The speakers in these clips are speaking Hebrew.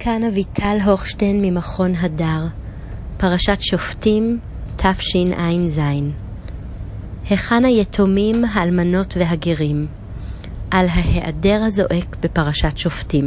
כאן אביטל הוכשטיין ממכון הדר, פרשת שופטים תשע"ז. היכן היתומים, האלמנות והגרים, על ההיעדר הזועק בפרשת שופטים.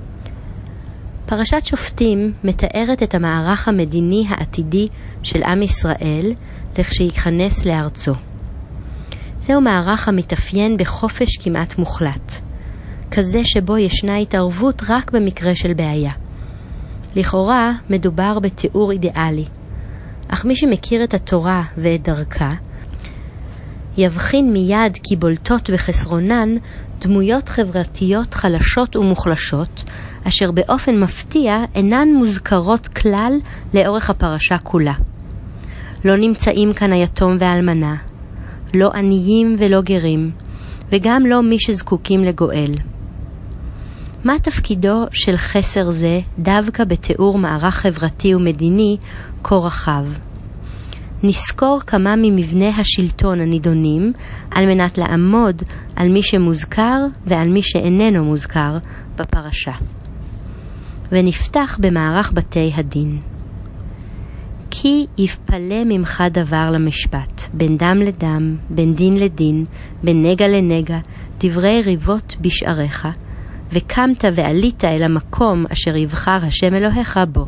פרשת שופטים מתארת את המערך המדיני העתידי של עם ישראל לכשייכנס לארצו. זהו מערך המתאפיין בחופש כמעט מוחלט, כזה שבו ישנה התערבות רק במקרה של בעיה. לכאורה מדובר בתיאור אידיאלי, אך מי שמכיר את התורה ואת דרכה, יבחין מיד כי בולטות בחסרונן דמויות חברתיות חלשות ומוחלשות, אשר באופן מפתיע אינן מוזכרות כלל לאורך הפרשה כולה. לא נמצאים כאן היתום והאלמנה, לא עניים ולא גרים, וגם לא מי שזקוקים לגואל. מה תפקידו של חסר זה דווקא בתיאור מערך חברתי ומדיני כה רחב? נזכור כמה ממבני השלטון הנידונים על מנת לעמוד על מי שמוזכר ועל מי שאיננו מוזכר בפרשה. ונפתח במערך בתי הדין. כי יפפלה ממך דבר למשפט, בין דם לדם, בין דין לדין, בין נגע לנגע, דברי ריבות בשעריך, וקמת ועלית אל המקום אשר יבחר השם אלוהיך בו.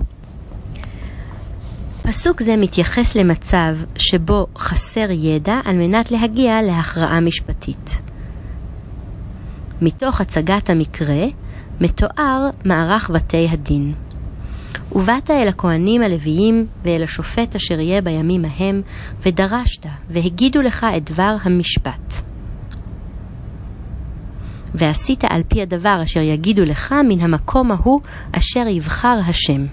פסוק זה מתייחס למצב שבו חסר ידע על מנת להגיע להכרעה משפטית. מתוך הצגת המקרה מתואר מערך בתי הדין. ובאת אל הכהנים הלוויים ואל השופט אשר יהיה בימים ההם, ודרשת והגידו לך את דבר המשפט. ועשית על פי הדבר אשר יגידו לך מן המקום ההוא אשר יבחר השם.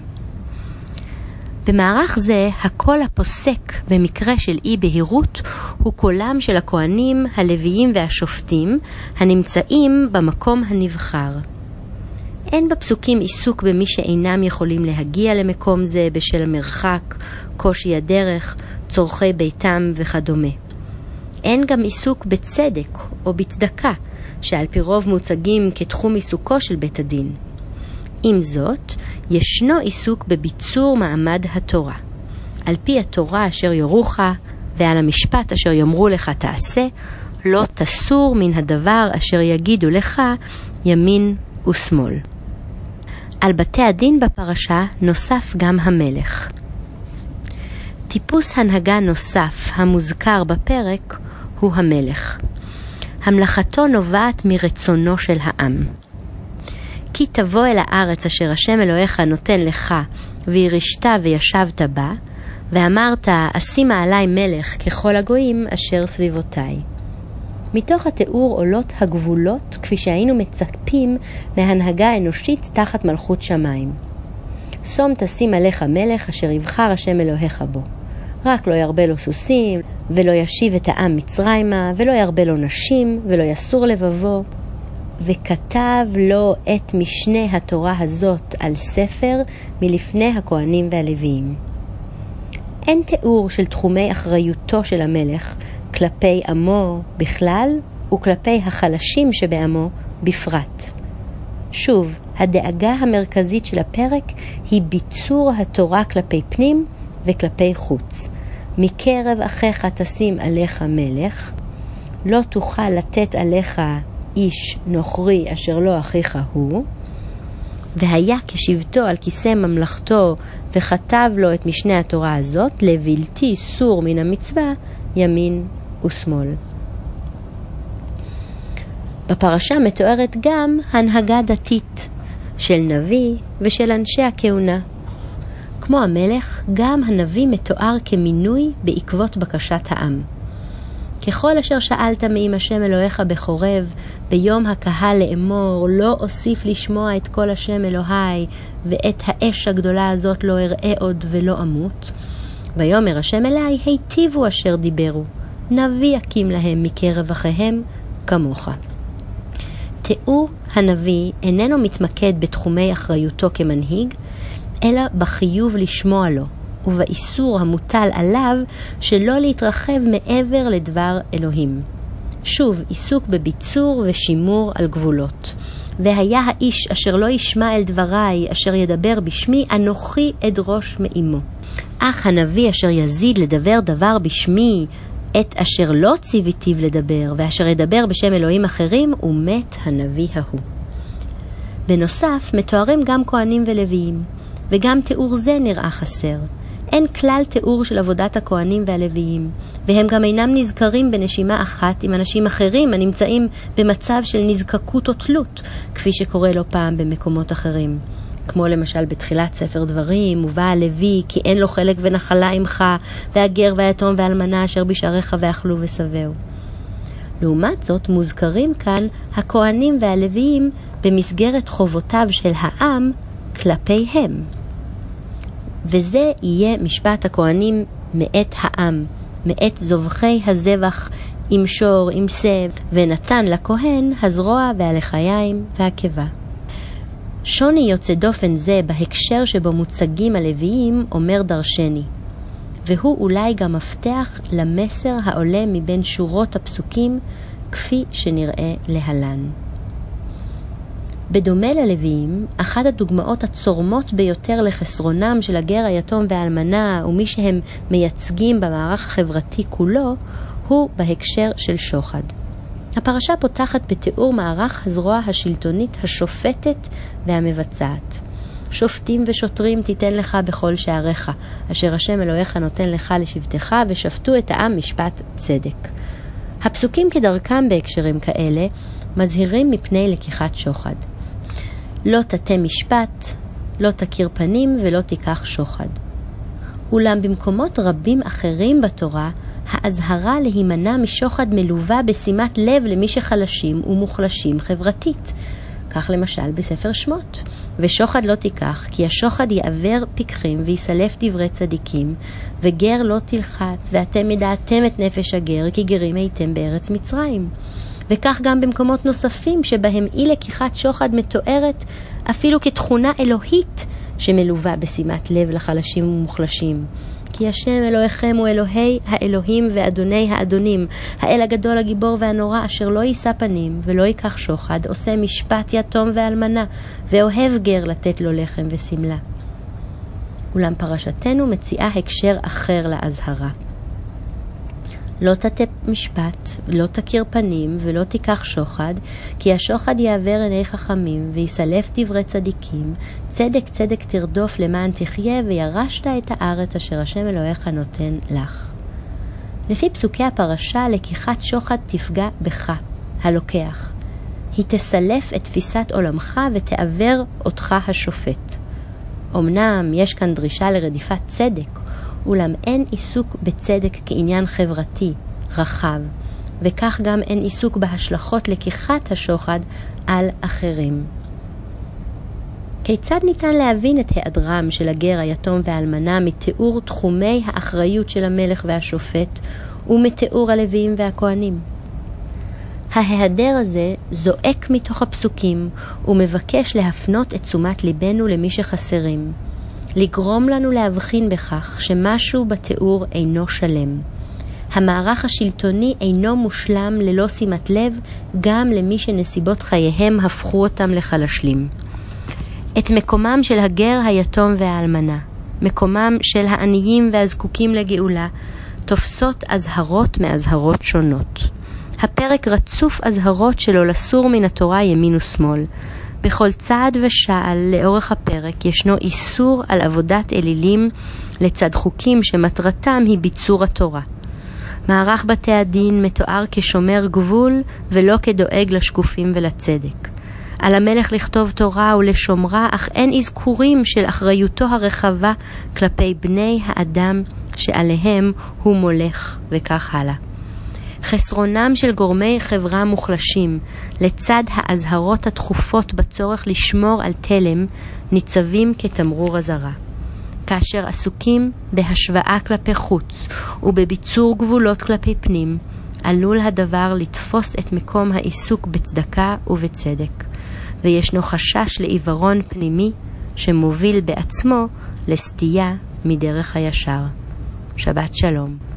במערך זה הקול הפוסק במקרה של אי בהירות הוא קולם של הכהנים, הלוויים והשופטים הנמצאים במקום הנבחר. אין בפסוקים עיסוק במי שאינם יכולים להגיע למקום זה בשל המרחק, קושי הדרך, צורכי ביתם וכדומה. אין גם עיסוק בצדק או בצדקה, שעל פי רוב מוצגים כתחום עיסוקו של בית הדין. עם זאת, ישנו עיסוק בביצור מעמד התורה. על פי התורה אשר יורוך ועל המשפט אשר יאמרו לך תעשה, לא תסור מן הדבר אשר יגידו לך ימין ושמאל. על בתי הדין בפרשה נוסף גם המלך. טיפוס הנהגה נוסף המוזכר בפרק הוא המלך. המלכתו נובעת מרצונו של העם. כי תבוא אל הארץ אשר השם אלוהיך נותן לך, וירשת וישבת בה, ואמרת, אשימה עלי מלך ככל הגויים אשר סביבותיי. מתוך התיאור עולות הגבולות כפי שהיינו מצפים מהנהגה האנושית תחת מלכות שמיים. שום תשים עליך מלך אשר יבחר השם אלוהיך בו. רק לא ירבה לו סוסים, ולא ישיב את העם מצרימה, ולא ירבה לו נשים, ולא יסור לבבו. וכתב לו את משנה התורה הזאת על ספר מלפני הכהנים והלוויים. אין תיאור של תחומי אחריותו של המלך כלפי עמו בכלל וכלפי החלשים שבעמו בפרט. שוב, הדאגה המרכזית של הפרק היא ביצור התורה כלפי פנים וכלפי חוץ. מקרב אחיך תשים עליך מלך, לא תוכל לתת עליך איש נוכרי אשר לא אחיך הוא, והיה כשבתו על כיסא ממלכתו וכתב לו את משנה התורה הזאת, לבלתי סור מן המצווה ימין ושמאל. בפרשה מתוארת גם הנהגה דתית של נביא ושל אנשי הכהונה. כמו המלך, גם הנביא מתואר כמינוי בעקבות בקשת העם. ככל אשר שאלת מעם השם אלוהיך בחורב, ביום הקהל לאמור, לא אוסיף לשמוע את כל השם אלוהי, ואת האש הגדולה הזאת לא אראה עוד ולא אמות. ויאמר השם אלי, היטיבו אשר דיברו, נביא יקים להם מקרב אחיהם כמוך. תיאור הנביא איננו מתמקד בתחומי אחריותו כמנהיג, אלא בחיוב לשמוע לו, ובאיסור המוטל עליו שלא להתרחב מעבר לדבר אלוהים. שוב, עיסוק בביצור ושימור על גבולות. והיה האיש אשר לא ישמע אל דבריי, אשר ידבר בשמי, אנוכי אדרוש מאמו. אך הנביא אשר יזיד לדבר דבר בשמי, את אשר לא ציוויתיו לדבר, ואשר ידבר בשם אלוהים אחרים, ומת הנביא ההוא. בנוסף, מתוארים גם כהנים ולוויים, וגם תיאור זה נראה חסר. אין כלל תיאור של עבודת הכהנים והלוויים, והם גם אינם נזכרים בנשימה אחת עם אנשים אחרים הנמצאים במצב של נזקקות או תלות, כפי שקורה לא פעם במקומות אחרים. כמו למשל בתחילת ספר דברים, ובא הלוי כי אין לו חלק ונחלה עמך, והגר והיתום והאלמנה אשר בשעריך ואכלו ושבעו. לעומת זאת מוזכרים כאן הכהנים והלוויים במסגרת חובותיו של העם כלפיהם. וזה יהיה משפט הכהנים מאת העם, מאת זובחי הזבח עם שור, עם סב, ונתן לכהן הזרוע והלחיים והקיבה. שוני יוצא דופן זה בהקשר שבו מוצגים הלוויים אומר דרשני, והוא אולי גם מפתח למסר העולה מבין שורות הפסוקים כפי שנראה להלן. בדומה ללוויים, אחת הדוגמאות הצורמות ביותר לחסרונם של הגר, היתום והאלמנה ומי שהם מייצגים במערך החברתי כולו, הוא בהקשר של שוחד. הפרשה פותחת בתיאור מערך הזרוע השלטונית השופטת והמבצעת. שופטים ושוטרים תיתן לך בכל שעריך, אשר השם אלוהיך נותן לך לשבטך, ושפטו את העם משפט צדק. הפסוקים כדרכם בהקשרים כאלה מזהירים מפני לקיחת שוחד. לא תטה משפט, לא תכיר פנים ולא תיקח שוחד. אולם במקומות רבים אחרים בתורה, האזהרה להימנע משוחד מלווה בשימת לב למי שחלשים ומוחלשים חברתית. כך למשל בספר שמות. ושוחד לא תיקח, כי השוחד יעבר פיקחים ויסלף דברי צדיקים, וגר לא תלחץ, ואתם ידעתם את נפש הגר, כי גרים הייתם בארץ מצרים. וכך גם במקומות נוספים שבהם אי לקיחת שוחד מתוארת אפילו כתכונה אלוהית שמלווה בשימת לב לחלשים ומוחלשים. כי השם אלוהיכם הוא אלוהי האלוהים ואדוני האדונים, האל הגדול הגיבור והנורא אשר לא יישא פנים ולא ייקח שוחד, עושה משפט יתום ואלמנה, ואוהב גר לתת לו לחם וסמלה. אולם פרשתנו מציעה הקשר אחר להזהרה. לא תטה משפט, לא תכיר פנים ולא תיקח שוחד, כי השוחד יעבר עיני חכמים ויסלף דברי צדיקים, צדק צדק תרדוף למען תחיה, וירשת את הארץ אשר השם אלוהיך נותן לך. לפי פסוקי הפרשה, לקיחת שוחד תפגע בך, הלוקח. היא תסלף את תפיסת עולמך ותעבר אותך השופט. אמנם יש כאן דרישה לרדיפת צדק, אולם אין עיסוק בצדק כעניין חברתי רחב, וכך גם אין עיסוק בהשלכות לקיחת השוחד על אחרים. כיצד ניתן להבין את היעדרם של הגר, היתום והאלמנה מתיאור תחומי האחריות של המלך והשופט ומתיאור הלוויים והכהנים? ההיעדר הזה זועק מתוך הפסוקים ומבקש להפנות את תשומת ליבנו למי שחסרים, לגרום לנו להבחין בכך שמשהו בתיאור אינו שלם. המערך השלטוני אינו מושלם ללא שימת לב גם למי שנסיבות חייהם הפכו אותם לחלשלים. את מקומם של הגר, היתום והאלמנה, מקומם של העניים והזקוקים לגאולה, תופסות אזהרות מאזהרות שונות. הפרק רצוף אזהרות שלא לסור מן התורה ימין ושמאל. בכל צעד ושעל לאורך הפרק ישנו איסור על עבודת אלילים לצד חוקים שמטרתם היא ביצור התורה. מערך בתי הדין מתואר כשומר גבול ולא כדואג לשקופים ולצדק. על המלך לכתוב תורה ולשומרה, אך אין אזכורים של אחריותו הרחבה כלפי בני האדם שעליהם הוא מולך, וכך הלאה. חסרונם של גורמי חברה מוחלשים לצד האזהרות התכופות בצורך לשמור על תלם ניצבים כתמרור אזהרה. כאשר עסוקים בהשוואה כלפי חוץ ובביצור גבולות כלפי פנים, עלול הדבר לתפוס את מקום העיסוק בצדקה ובצדק, וישנו חשש לעיוורון פנימי שמוביל בעצמו לסטייה מדרך הישר. שבת שלום.